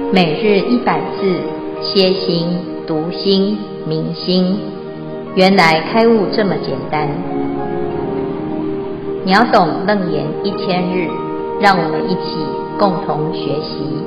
每日100字，歇心、读心、明心，原来开悟这么简单。秒懂楞严1000日，让我们一起共同学习。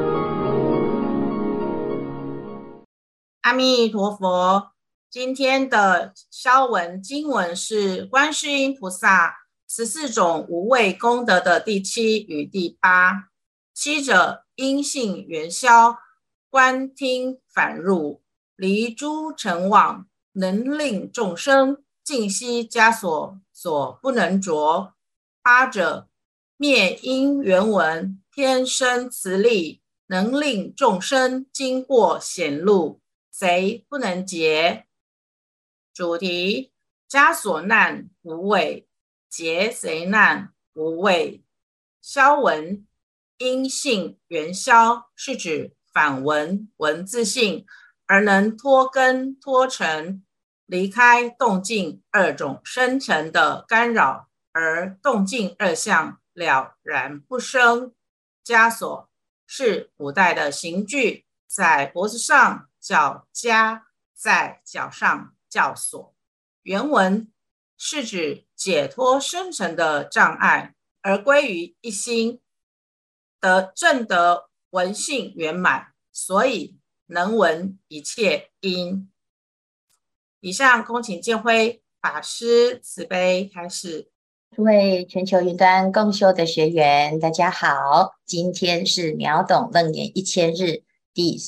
阿弥陀佛。今天的消文经文是观世音菩萨14种无畏功德的第7与第8。7者，因性缘消，观听反入，离诸尘网，能令众生尽息枷锁所不能着。8者，灭因缘闻，天生慈力，能令众生经过险路，贼不能劫。主题：枷锁难无畏，劫贼难无畏。消文：因性缘消，是指反闻文字性，而能脱根脱尘，离开动静2种生成的干扰，而动静2相了然不生。枷锁是古代的刑具，在脖子上叫枷，在脚上叫锁。原文是指解脱生成的障碍，而归于一心，证得闻性圆满，所以能闻一切因。以上恭请建辉法师慈悲开示。 诸位全球云端共修的学员，大家好，今天是秒懂楞严1000日第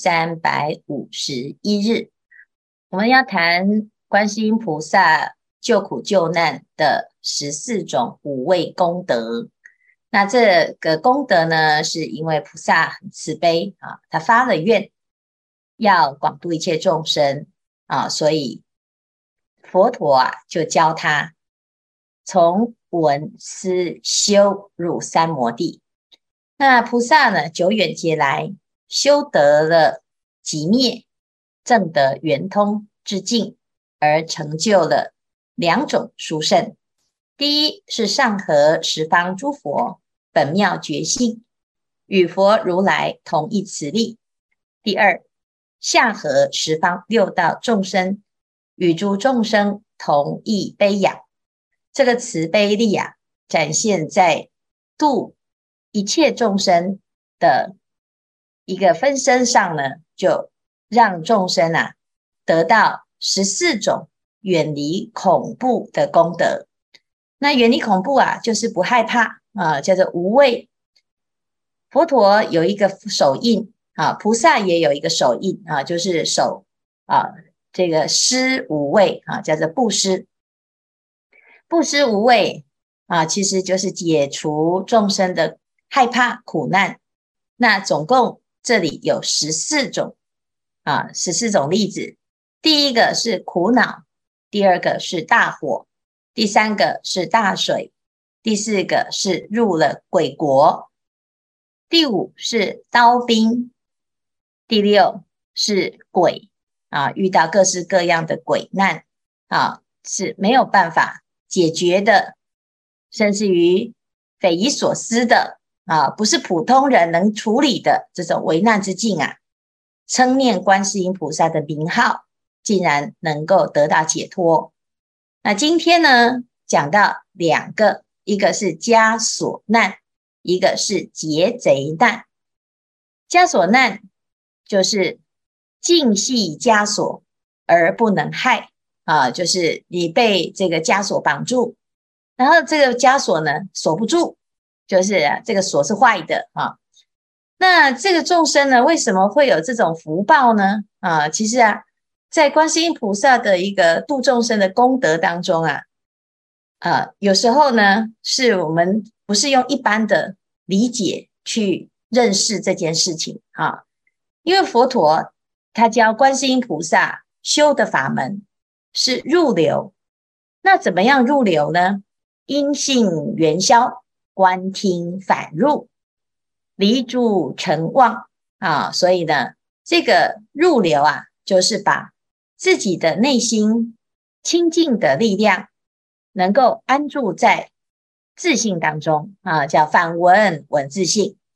351日，我们要谈观世音菩萨救苦救难的14种无畏功德。那这个功德呢，是因为菩萨很慈悲啊，他发了愿要广度一切众生啊，所以佛陀啊就教他从闻思修入三摩地。那菩萨呢，久远劫来修得了寂灭，证得圆通之境，而成就了2种殊胜。第一是上合十方诸佛本妙觉性，与佛如来同一慈力。第二，下合十方6道众生，与诸众生同一悲仰。这个慈悲力啊，展现在度一切众生的一个分身上呢，就让众生啊得到14种远离恐怖的功德。那远离恐怖啊，就是不害怕啊，叫做无畏。佛陀有一个手印啊，菩萨也有一个手印啊，就是手啊，这个施无畏啊，叫做布施。布施无畏啊，其实就是解除众生的害怕苦难。那总共这里有14种啊，14种例子。第一个是苦恼，第二个是大火，第三个是大水，第四个是入了鬼国，第5是刀兵，第6是鬼啊，遇到各式各样的鬼难啊，是没有办法解决的，甚至于匪夷所思的啊，不是普通人能处理的这种危难之境啊，称念观世音菩萨的名号，竟然能够得到解脱。那今天呢，讲到2个，一个是枷锁难，一个是劫贼难。枷锁难就是尽系枷锁而不能害啊，就是你被这个枷锁绑住，然后这个枷锁呢锁不住，就是这个锁是坏的啊。那这个众生呢，为什么会有这种福报呢？啊，其实啊，在观世音菩萨的一个度众生的功德当中啊，有时候呢，是我们不是用一般的理解去认识这件事情啊，因为佛陀他教观世音菩萨修的法门是入流。那怎么样入流呢？因性缘消，观听反入，离诸尘妄啊。所以呢，这个入流啊，就是把自己的内心清净的力量能够安住在自性当中啊，叫反闻闻自性。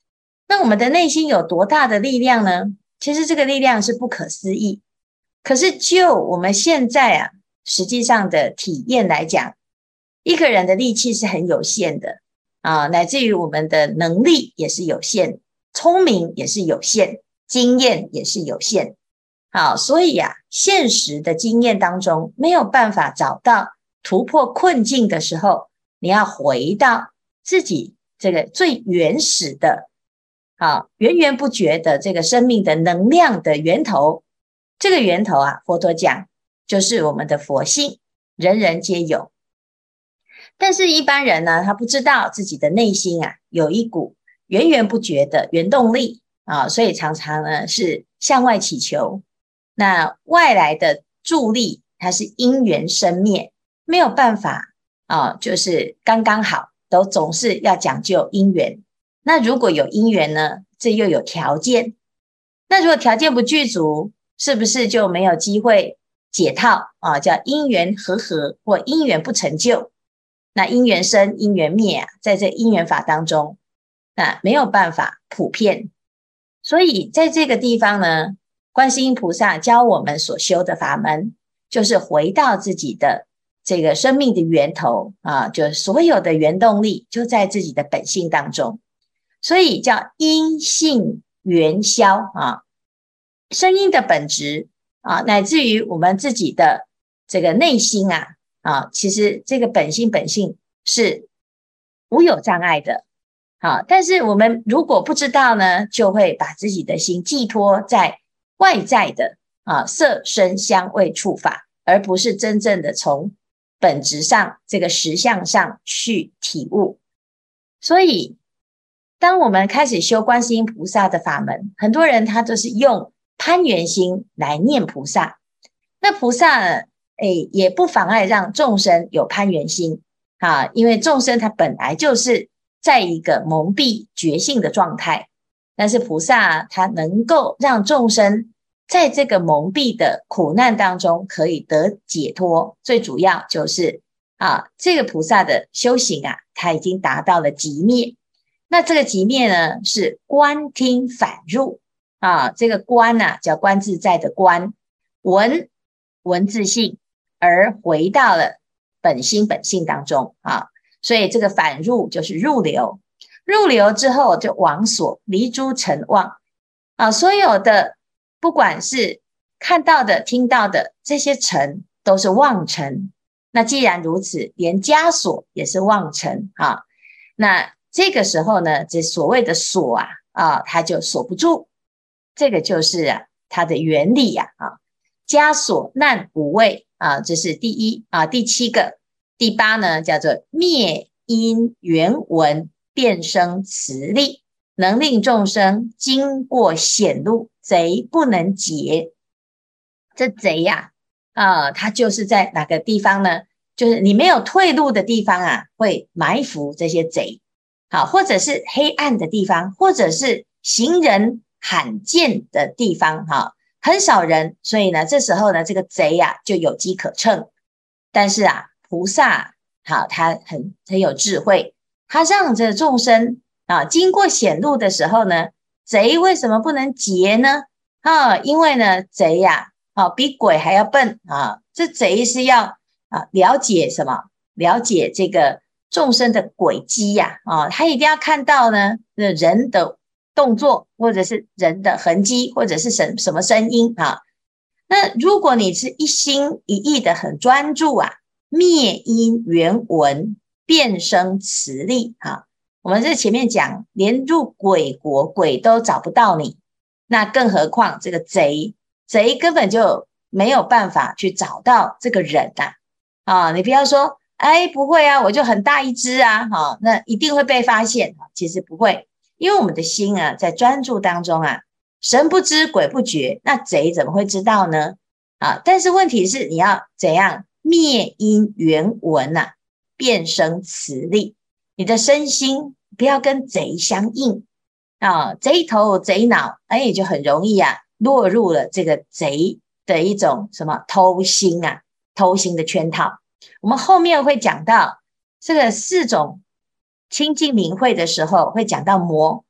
那我们的内心有多大的力量呢？其实这个力量是不可思议。可是就我们现在实际上的体验来讲，一个人的力气是很有限的乃至于我们的能力也是有限，聪明也是有限，经验也是有限。好，所以现实的经验当中没有办法找到突破困境的时候，你要回到自己这个最原始的源源不绝的这个生命的能量的源头。这个源头佛陀讲就是我们的佛性，人人皆有。但是一般人呢，他不知道自己的内心有一股源源不绝的原动力所以常常呢是向外祈求。那外来的助力它是因缘生灭，没有办法就是刚刚好，都总是要讲究因缘。那如果有因缘呢，这又有条件。那如果条件不具足，是不是就没有机会解套叫因缘和合或因缘不成就？那因缘生因缘灭在这因缘法当中，那没有办法普遍。所以在这个地方呢，观世音菩萨教我们所修的法门，就是回到自己的这个生命的源头就所有的原动力就在自己的本性当中。所以叫因性缘消声音的本质乃至于我们自己的这个内心其实这个本性是无有障碍的但是我们如果不知道呢，就会把自己的心寄托在外在的色声香味触法，而不是真正的从本质上这个实相上去体悟。所以当我们开始修观世音菩萨的法门，很多人他都是用攀缘心来念菩萨。那菩萨也不妨碍让众生有攀缘心因为众生他本来就是在一个蒙蔽觉性的状态，但是菩萨他能够让众生在这个蒙蔽的苦难当中可以得解脱。最主要就是这个菩萨的修行他已经达到了极灭。那这个极灭呢，是观听反入这个观叫观自在的观，文字性，而回到了本性当中所以这个反入就是入流，入流之后就往所，离诸尘妄所有的不管是看到的听到的这些尘都是妄尘。那既然如此，连枷锁也是妄尘那这个时候呢，这所谓的锁它就锁不住。这个就是它的原理枷锁难无畏这是第一第七个。第八呢，叫做灭因缘闻，变生慈力，能令众生经过险路，贼不能劫。这贼它就是在哪个地方呢？就是你没有退路的地方会埋伏这些贼或者是黑暗的地方，或者是行人罕见的地方很少人，所以呢这时候呢这个贼就有机可乘。但是菩萨他很有智慧，他让这众生经过险路的时候呢，贼为什么不能劫呢？因为呢贼比鬼还要笨这贼是要了解什么？了解这个众生的轨迹他一定要看到呢人的动作，或者是人的痕迹，或者是什么声音那如果你是一心一意的很专注灭因缘闻，变生慈力我们这前面讲，连入鬼国鬼都找不到你，那更何况这个贼根本就没有办法去找到这个人你不要说不会我就很大一只那一定会被发现其实不会，因为我们的心在专注当中神不知鬼不觉，那贼怎么会知道呢但是问题是你要怎样灭因缘闻变生慈力，你的身心不要跟贼相应贼头贼脑就很容易落入了这个贼的一种什么偷心的圈套。我们后面会讲到这个4种清净明慧的时候，会讲到魔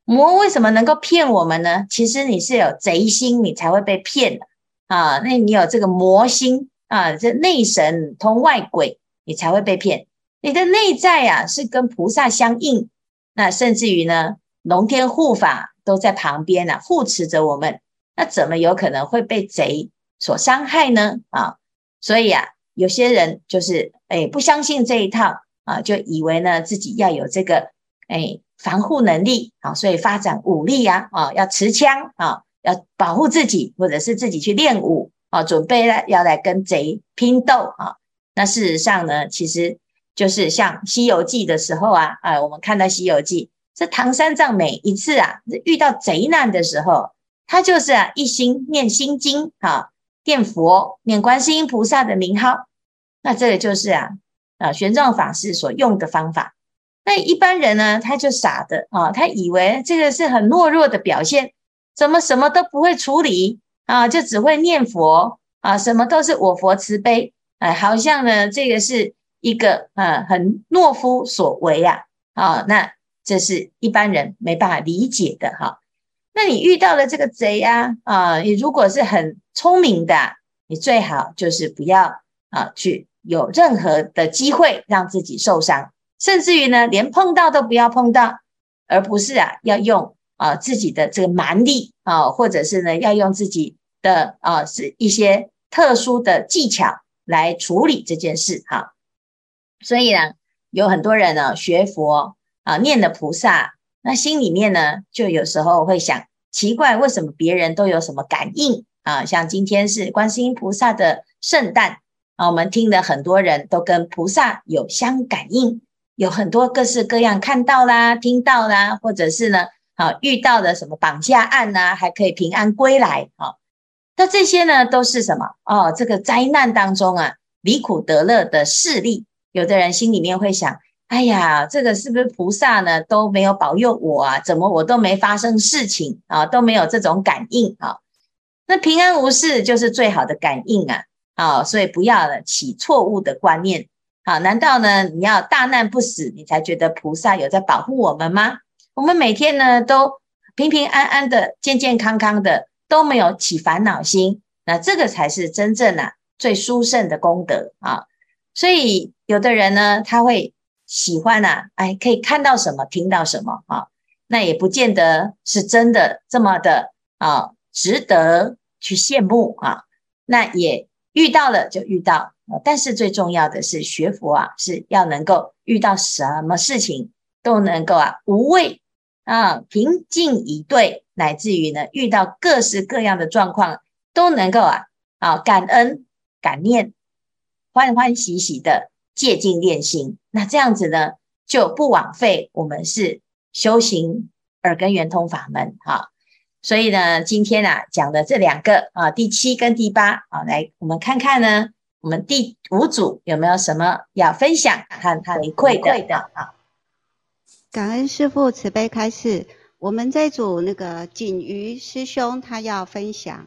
魔为什么能够骗我们呢？其实你是有贼心，你才会被骗的啊。那你有这个魔心啊，这内神通外鬼，你才会被骗。你的内在啊是跟菩萨相应，那甚至于呢，龙天护法都在旁边啊，护持着我们，那怎么有可能会被贼所伤害呢？啊，所以啊，有些人就是不相信这一套啊，就以为呢自己要有这个防护能力啊，所以发展武力啊，要持枪啊，要保护自己，或者是自己去练武啊，准备要来跟贼拼斗啊。那事实上呢，其实就是像《西游记》的时候啊，我们看到《西游记》，这唐三藏每一次啊遇到贼难的时候，他就是一心念心经啊，念佛，念观世音菩萨的名号。那这个就是玄奘法师所用的方法。那一般人呢，他就傻的啊，他以为这个是很懦弱的表现，怎么什么都不会处理啊，就只会念佛啊，什么都是我佛慈悲，好像呢这个是一个很懦夫所为那这是一般人没办法理解的哈。那你遇到了这个贼你如果是很聪明的，你最好就是不要去有任何的机会让自己受伤，甚至于呢连碰到都不要碰到，而不是要用自己的这个蛮力或者是呢要用自己的是一些特殊的技巧来处理这件事哈。所以呢有很多人呢学佛念的菩萨，那心里面呢就有时候会想，奇怪为什么别人都有什么感应像今天是观世音菩萨的圣诞我们听了很多人都跟菩萨有相感应，有很多各式各样看到啦听到啦，或者是呢遇到的什么绑架案还可以平安归来那这些呢都是什么这个灾难当中离苦得乐的事例。有的人心里面会想，哎呀，这个是不是菩萨呢都没有保佑我怎么我都没发生事情都没有这种感应那平安无事就是最好的感应所以不要起错误的观念难道呢你要大难不死你才觉得菩萨有在保护我们吗？我们每天呢都平平安安的健健康康的，都没有起烦恼心，那这个才是真正最殊胜的功德所以有的人呢他会喜欢可以看到什么听到什么那也不见得是真的这么的值得去羡慕那也遇到了就遇到但是最重要的是学佛是要能够遇到什么事情都能够无畏平静以对，乃至于呢遇到各式各样的状况都能够感恩感念，欢欢喜喜的戒静练心，那这样子呢就不枉费我们是修行耳根圆通法门所以呢今天讲的这两个第7跟第8来我们看看呢我们第5组有没有什么要分享和他回馈的感恩师父慈悲开示。我们这组那个锦瑜师兄他要分享。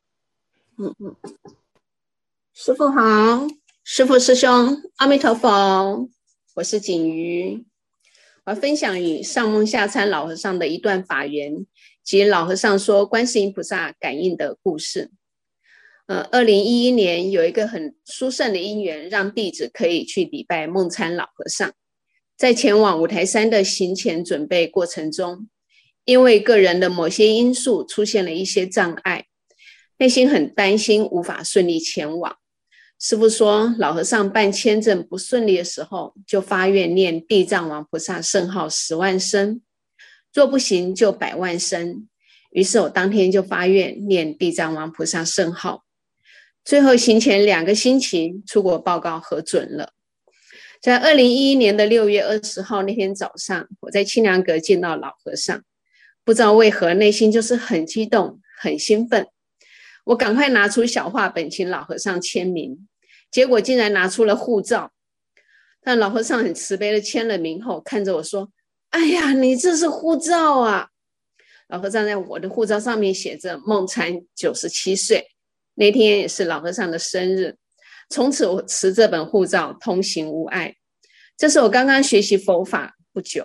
师父好，师父师兄阿弥陀佛，我是锦瑜。我要分享与上梦下参老和尚的一段法缘及老和尚说观世音菩萨感应的故事。2011年有一个很殊胜的因缘，让弟子可以去礼拜梦参老和尚。在前往五台山的行前准备过程中，因为个人的某些因素出现了一些障碍，内心很担心无法顺利前往。师父说老和尚办签证不顺利的时候，就发愿念地藏王菩萨圣号10万声，若不行就100万声。于是我当天就发愿念地藏王菩萨圣号。最后行前2个星期出国报告核准了。在2011年的6月20号那天早上，我在清凉阁见到老和尚，不知道为何内心就是很激动很兴奋，我赶快拿出小画本请老和尚签名，结果竟然拿出了护照。但老和尚很慈悲的签了名后看着我说，哎呀，你这是护照啊。老和尚在我的护照上面写着梦参97岁，那天也是老和尚的生日。从此我持这本护照通行无碍。这是我刚刚学习佛法不久，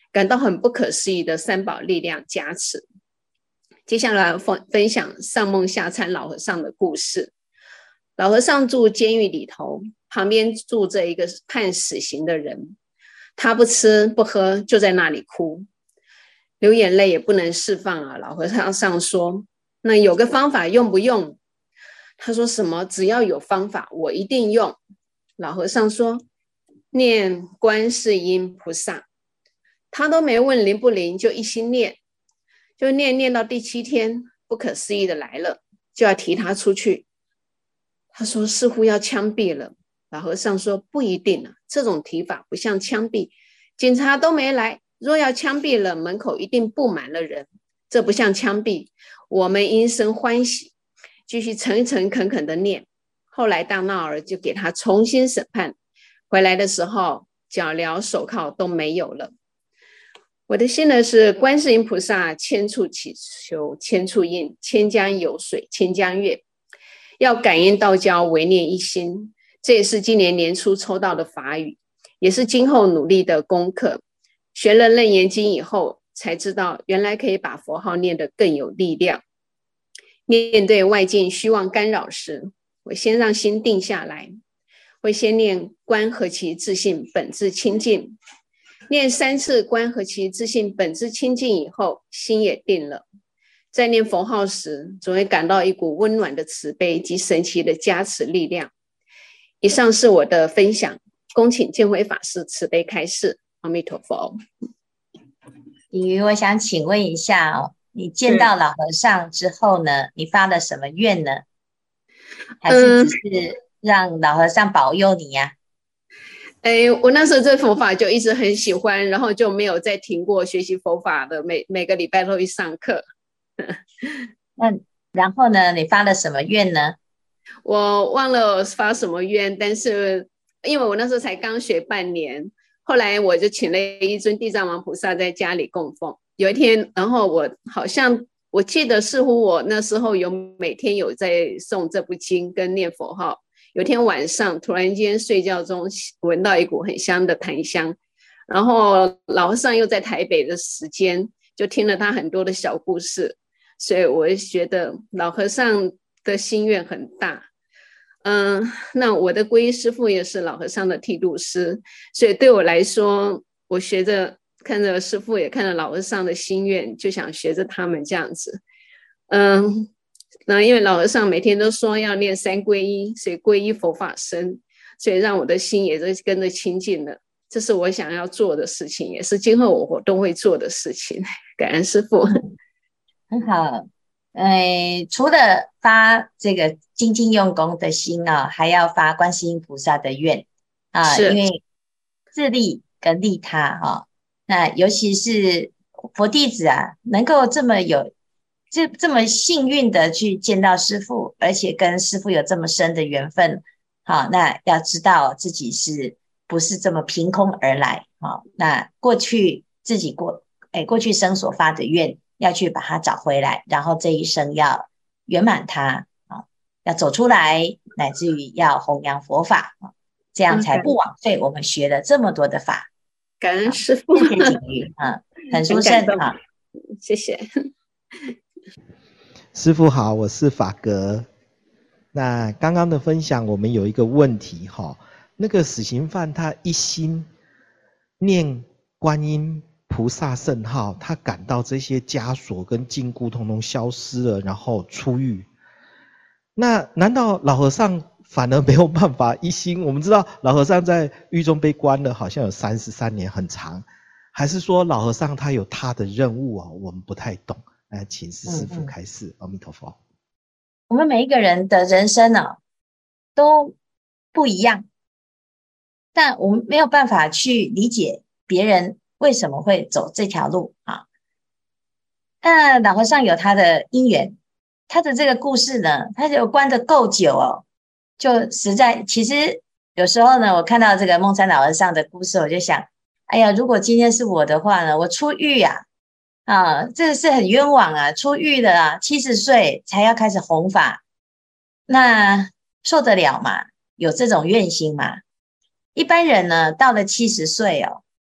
感到很不可思议的三宝力量加持。接下来分享上梦下参老和尚的故事。老和尚住监狱里头，旁边住着一个判死刑的人，他不吃不喝，就在那里哭，流眼泪也不能释放啊。老和尚说，那有个方法用不用？他说什么？只要有方法我一定用。老和尚说，念观世音菩萨。他都没问灵不灵，就一心念，就念到第7天，不可思议的来了，就要提他出去。他说似乎要枪毙了。老和尚说不一定啊，这种提法不像枪毙，警察都没来，若要枪毙了，门口一定布满了人，这不像枪毙，我们因生欢喜，继续诚诚恳恳的念。后来大闹儿就给他重新审判，回来的时候脚镣手铐都没有了。我的心呢是观世音菩萨千处祈求千处应，千江有水千江月，要感应道交唯念一心。这也是今年年初抽到的法语，也是今后努力的功课。学了楞严经以后才知道，原来可以把佛号念得更有力量。面对外境虚妄干扰时，我先让心定下来，会先念观何其自性本自清净，念3次观何其自性本自清净以后，心也定了。在念佛号时，总会感到一股温暖的慈悲及神奇的加持力量。以上是我的分享，恭请建辉法师慈悲开示。阿弥陀佛。 鲤鱼，我想请问一下哦，你见到老和尚之后呢，你发了什么愿呢？还是只是让老和尚保佑你呀？ 我那时候对佛法就一直很喜欢，然后就没有再停过学习佛法的，每个礼拜都去上课。 那然后呢，你发了什么愿呢？ 我忘了我发什么愿，但是因为我那时候才刚学半年，后来我就请了一尊地藏王菩萨在家里供奉。有一天，然后我记得似乎我那时候每天有在诵这部经跟念佛号。有天晚上突然间睡觉中闻到一股很香的檀香，然后老和尚又在台北的时间，就听了他很多的小故事，所以我觉得老和尚的心愿很大。那我的皈依师父也是老和尚的剃度师，所以对我来说，我学着看着师父，也看着老和尚的心愿，就想学着他们这样子。那因为老和尚每天都说要念3皈依，所以皈依佛法僧，所以让我的心也是跟着亲近了。这是我想要做的事情，也是今后我都会做的事情。感恩师父。 很好。除了发这个精进用功的心啊，还要发观世音菩萨的愿啊，因为自利跟利他啊。那尤其是佛弟子啊，能够这么幸运的去见到师父，而且跟师父有这么深的缘分，好，那要知道自己是不是这么凭空而来？好，那过去自己过去生所发的愿，要去把它找回来，然后这一生要圆满它啊，要走出来，乃至于要弘扬佛法啊，这样才不枉费我们学了这么多的法。 感恩师父， 谢谢景瑜啊，很殊胜啊， 谢谢。 师父好，我是法格。那刚刚的分享，我们有一个问题哈，那个死刑犯他一心念观音菩萨圣号，他感到这些枷锁跟禁锢统统消失了，然后出狱。那难道老和尚反而没有办法一心？我们知道老和尚在狱中被关了，好像有33年，很长。还是说老和尚他有他的任务啊？我们不太懂。请师父开示。阿弥陀佛。 我们每一个人的人生啊，都不一样，但我们没有办法去理解别人为什么会走这条路啊。那老和尚有他的因缘，他的这个故事呢，他就关得够久哦，就实在其实有时候呢，我看到这个梦山老和尚的故事，我就想，哎呀，如果今天是我的话呢，我出狱这是很冤枉啊！出狱了啊，70岁才要开始弘法，那受得了吗？有这种愿心吗？一般人呢，到了70岁哦，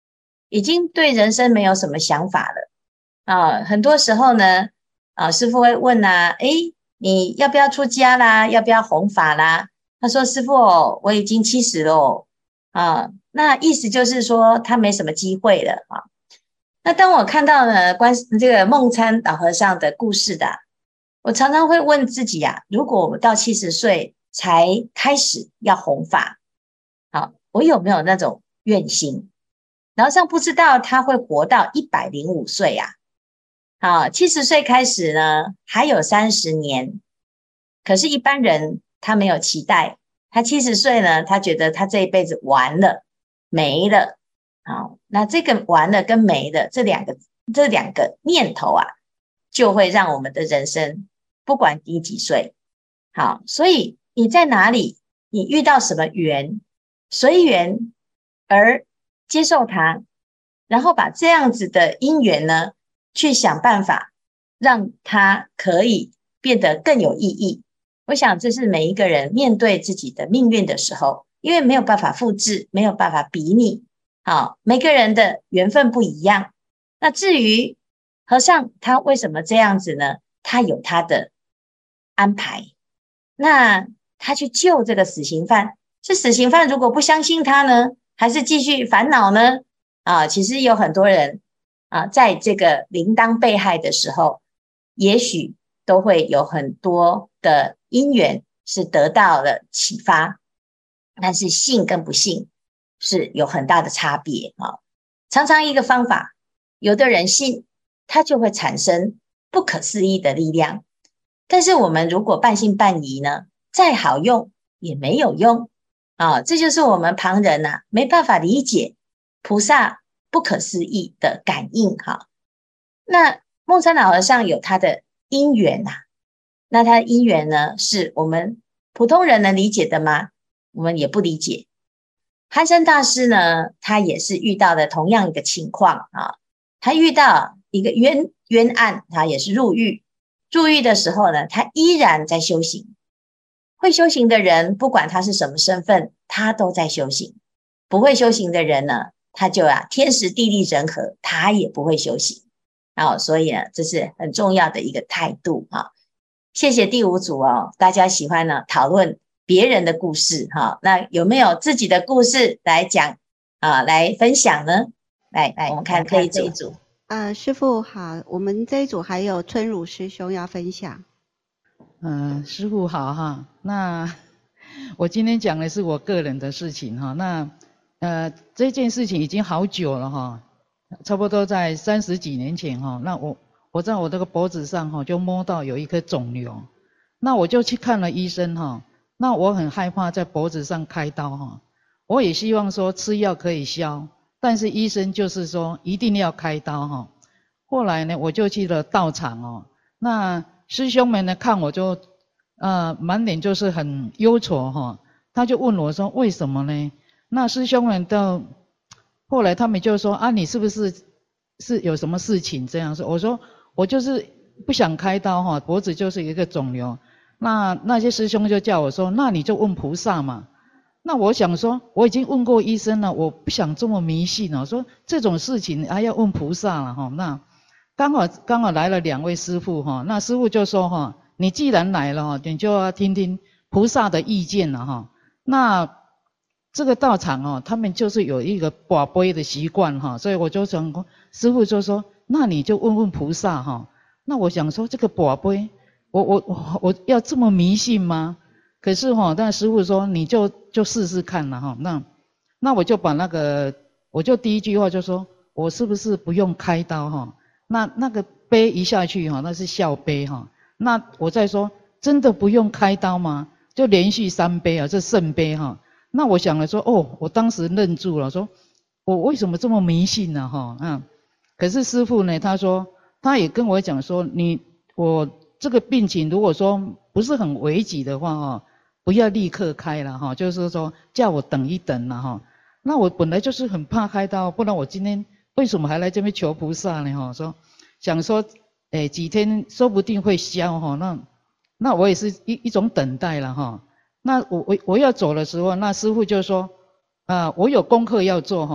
已经对人生没有什么想法了啊。很多时候呢，师父会问啊，诶，你要不要出家啦？要不要弘法啦？他说师父，我已经70了啊。那意思就是说他没什么机会了啊。那当我看到呢这个梦参老和尚的故事的，我常常会问自己啊，如果我到70岁才开始要弘法，好，我有没有那种愿心？老和尚不知道他会活到105岁啊。好，70岁开始呢，还有30年。可是，一般人他没有期待，他70岁呢，他觉得他这一辈子完了，没了。好，那这个完了跟没了这两个念头啊，就会让我们的人生不管你几岁，好，所以你在哪里，你遇到什么缘，随缘而接受它，然后把这样子的因缘呢，去想办法让它可以变得更有意义。我想这是每一个人面对自己的命运的时候，因为没有办法复制，没有办法比拟，好，每个人的缘分不一样。那至于和尚他为什么这样子呢？他有他的安排。那他去救这个死刑犯，是死刑犯如果不相信他呢，还是继续烦恼呢？其实有很多人在这个临当被害的时候，也许都会有很多的因缘是得到了启发，但是信跟不信是有很大的差别啊。常常一个方法，有的人信，它就会产生不可思议的力量。但是我们如果半信半疑呢，再好用也没有用这就是我们旁人没办法理解菩萨不可思议的感应那梦参老和尚有他的因缘那他的因缘呢，是我们普通人能理解的吗？我们也不理解。憨山大师呢，他也是遇到的同样一个情况他遇到一个冤案，他也是入狱的时候呢，他依然在修行。会修行的人，不管他是什么身份，他都在修行。不会修行的人呢，他就天时地利人和，他也不会修行所以呢，这是很重要的一个态度谢谢第5组大家喜欢呢讨论别人的故事那有没有自己的故事来讲来分享呢？来，我们看这一组。 师父好，我们这一组还有春如师兄要分享。 师父好哈。那我今天讲的是我个人的事情那这件事情已经好久了差不多在30几年前那我在我这个脖子上就摸到有一颗肿瘤，那我就去看了医生那我很害怕在脖子上开刀我也希望说吃药可以消，但是医生就是说一定要开刀后来呢，我就去了道场那师兄们呢看我就满脸就是很忧愁他就问我说为什么呢？那师兄们到后来他们就说你是不是有什么事情这样说？我说我就是不想开刀脖子就是一个肿瘤。那些师兄就叫我说，那你就问菩萨嘛。那我想说，我已经问过医生了，我不想这么迷信说这种事情还要问菩萨了那刚好来了2位师父那师父就说你既然来了你就要听听菩萨的意见了那这个道场他们就是有一个跋杯的习惯所以我就想，师父就说，那你就问问菩萨那我想说这个跋杯，我要这么迷信吗？可是但师父说你就试试看了那我就把我就第一句话就说，我是不是不用开刀那个杯一下去那是笑杯那我再说真的不用开刀吗？就连续3杯这圣杯那我想了说我当时愣住了，说我为什么这么迷信呢可是师父呢，他说他也跟我讲说，我这个病情如果说不是很危急的话不要立刻开了就是说叫我等一等了那我本来就是很怕开刀，不然我今天为什么还来这边求菩萨呢说想说几天说不定会消那我也是一种等待了那我要走的时候，那师父就说我有功课要做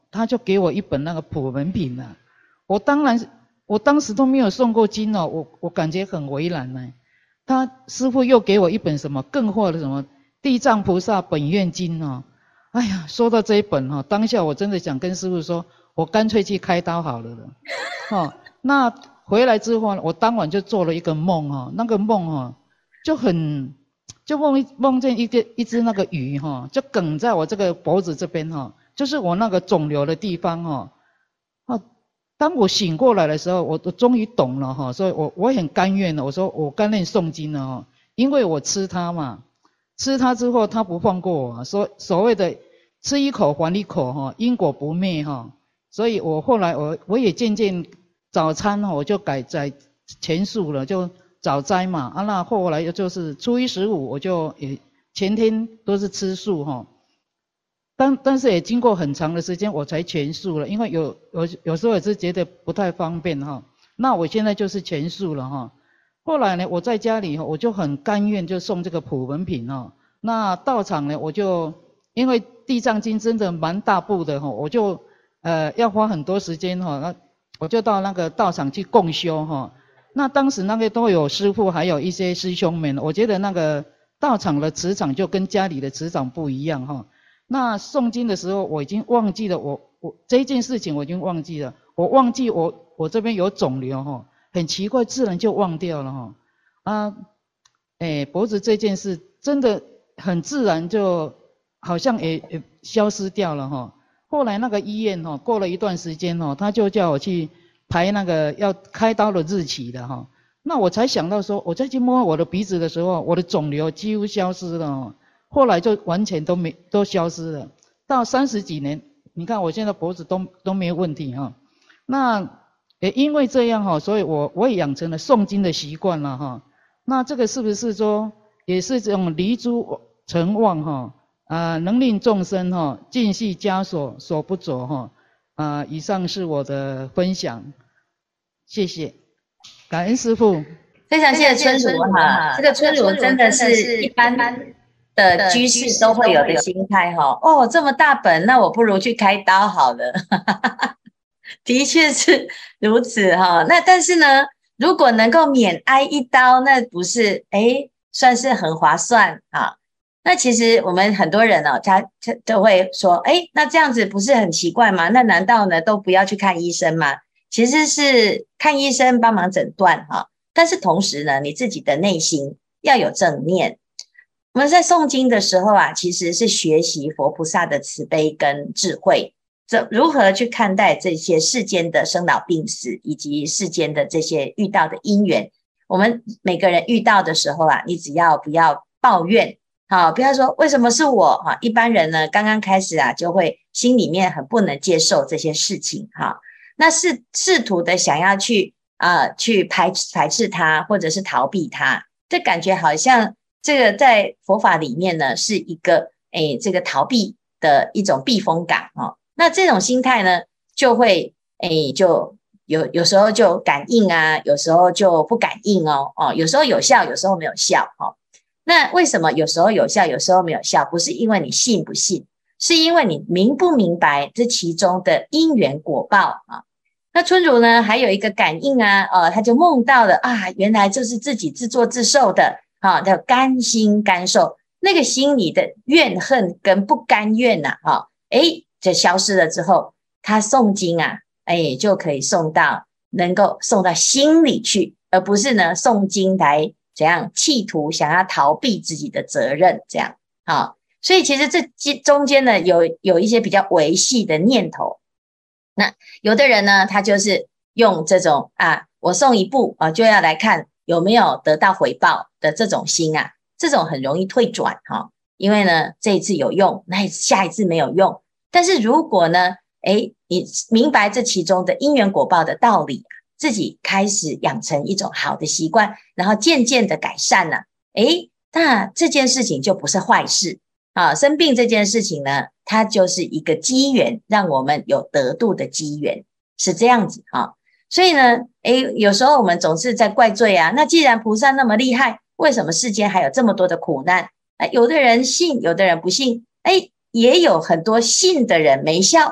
他就给我一本那个普门品啊。我当时都没有诵过经哦，我感觉很为难呢。他师父又给我一本什么更厚的什么地藏菩萨本愿经哦。哎呀，说到这一本哦，当下我真的想跟师父说，我干脆去开刀好了哦。那回来之后，我当晚就做了一个梦哦，那个梦哦就梦见一只那个鱼哈，就梗在我这个脖子这边哈，就是我那个肿瘤的地方哈。当我醒过来的时候，我终于懂了哈，所以我很甘愿的，我说我甘愿诵经了哈，因为我吃它嘛，吃它之后它不放过我，所谓的吃一口还一口哈，因果不灭哈，所以我后来我也渐渐早餐我就改在全素了，就早斋嘛啊，那后来就是初一15我就也前天都是吃素哈。但是也经过很长的时间我才全素了，因为有时候也是觉得不太方便哈。那我现在就是全素了哈。后来呢，我在家里我就很甘愿就送这个普门品哈。那道场呢，我就因为地藏经真的蛮大部的哈，我就要花很多时间哈，那我就到那个道场去共修哈。那当时那个都有师父还有一些师兄们，我觉得那个道场的磁场就跟家里的磁场不一样哈。那诵经的时候，我已经忘记了我这件事情，我已经忘记了，我忘记我这边有肿瘤哈，很奇怪，自然就忘掉了哈。脖子这件事真的很自然，就好像也消失掉了哈。后来那个医院哈，过了一段时间哈，他就叫我去排那个要开刀的日期的哈。那我才想到说，我再去摸我的鼻子的时候，我的肿瘤几乎消失了。后来就完全都消失了，到30几年，你看我现在脖子都没有问题哈。那也因为这样哈，所以我也养成了诵经的习惯了哈。那这个是不是说也是这种离诸尘妄哈能令众生哈尽系枷锁所不着哈以上是我的分享，谢谢，感恩师父。 非常谢谢春如哈，这个春如真的是一般的居士都会有的心态哈。哦，这么大本，那我不如去开刀好了。的确是如此哈。那但是呢，如果能够免挨一刀，那不是算是很划算啊。那其实我们很多人哦，他都会说，那这样子不是很奇怪吗？那难道呢都不要去看医生吗？其实是看医生帮忙诊断哈，但是同时呢，你自己的内心要有正念。我们在诵经的时候啊，其实是学习佛菩萨的慈悲跟智慧，如何去看待这些世间的生老病死，以及世间的这些遇到的因缘。我们每个人遇到的时候啊，你只要不要抱怨，不要说为什么是我一般人呢，刚刚开始啊，就会心里面很不能接受这些事情那是试图的想要去排斥它，或者是逃避它，这感觉好像这个在佛法里面呢，是一个这个逃避的一种避风港那这种心态呢，就会就有时候就感应啊，有时候就不感应有时候有效，有时候没有效那为什么有时候有效，有时候没有效？不是因为你信不信，是因为你明不明白这其中的因缘果报那春如呢，还有一个感应他就梦到了原来就是自己自作自受的叫甘心甘受，那个心里的怨恨跟不甘愿就消失了之后，他诵经就可以能够送到心里去，而不是呢诵经来怎样企图想要逃避自己的责任这样所以其实这中间呢有一些比较微细的念头。那有的人呢，他就是用这种我诵一部就要来看有没有得到回报的这种心这种很容易退转因为呢这一次有用，那下一次没有用。但是如果呢你明白这其中的因缘果报的道理自己开始养成一种好的习惯，然后渐渐的改善那这件事情就不是坏事生病这件事情呢，它就是一个机缘，让我们有得度的机缘，是这样子所以呢有时候我们总是在怪罪那既然菩萨那么厉害，为什么世间还有这么多的苦难有的人信，有的人不信也有很多信的人没效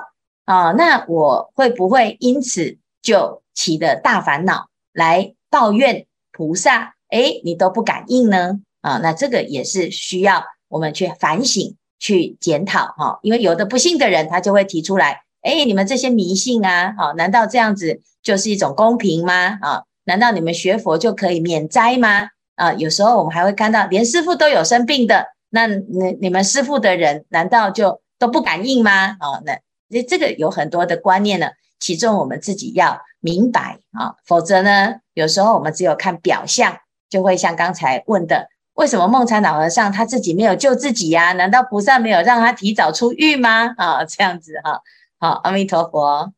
啊，那我会不会因此就起了大烦恼来抱怨菩萨？你都不感应呢？啊，那这个也是需要我们去反省、去检讨哈。因为有的不信的人，他就会提出来，你们这些迷信啊，难道这样子就是一种公平吗？啊，难道你们学佛就可以免灾吗？啊，有时候我们还会看到，连师父都有生病的，那你们师父的人，难道就都不感应吗？啊，那这个有很多的观念呢，其中我们自己要明白啊，否则呢，有时候我们只有看表象，就会像刚才问的，为什么梦参老和尚他自己没有救自己呀？难道菩萨没有让他提早出狱吗？啊，这样子哈，好，阿弥陀佛。